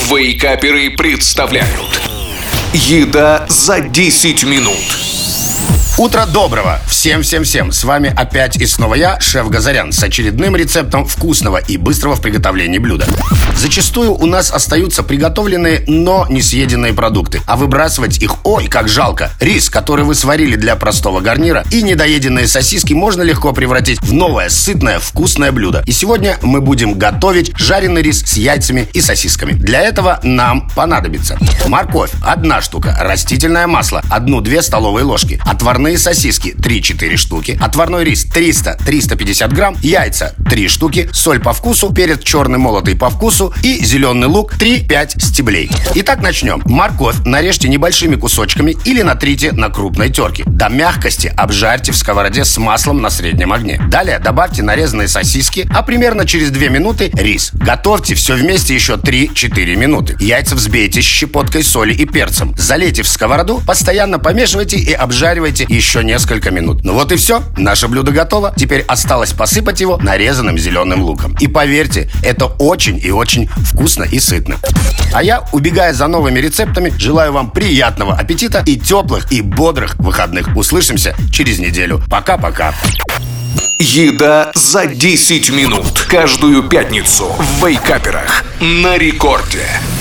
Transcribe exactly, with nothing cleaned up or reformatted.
Вейкаперы представляют «Еда за десять минут». Утро доброго! Всем-всем-всем! С вами опять и снова я, шеф Газарян, с очередным рецептом вкусного и быстрого в приготовлении блюда. Зачастую у нас остаются приготовленные, но не съеденные продукты, а выбрасывать их ой, как жалко. Рис, который вы сварили для простого гарнира, и недоеденные сосиски можно легко превратить в новое, сытное, вкусное блюдо. И сегодня мы будем готовить жареный рис с яйцами и сосисками. Для этого нам понадобится морковь – одна штука, растительное масло – одну-две столовые ложки, отварные сосиски три-четыре штуки, отварной рис триста - триста пятьдесят грамм, яйца три штуки, соль по вкусу, перец черный молотый по вкусу и зеленый лук три-пять стеблей. Итак, начнем. Морковь нарежьте небольшими кусочками или натрите на крупной терке. До мягкости обжарьте в сковороде с маслом на среднем огне. Далее добавьте нарезанные сосиски, а примерно через две минуты рис. Готовьте все вместе еще три-четыре минуты. Яйца взбейте с щепоткой соли и перцем. Залейте в сковороду, постоянно помешивайте и обжаривайте еще несколько минут. Ну вот и все. Наше блюдо готово. Теперь осталось посыпать его нарезанным зеленым луком. И поверьте, это очень и очень вкусно и сытно. А я, убегая за новыми рецептами, желаю вам приятного аппетита и теплых и бодрых выходных. Услышимся через неделю. Пока-пока. «Еда за десять минут». Каждую пятницу в Вейкаперах на рекорде.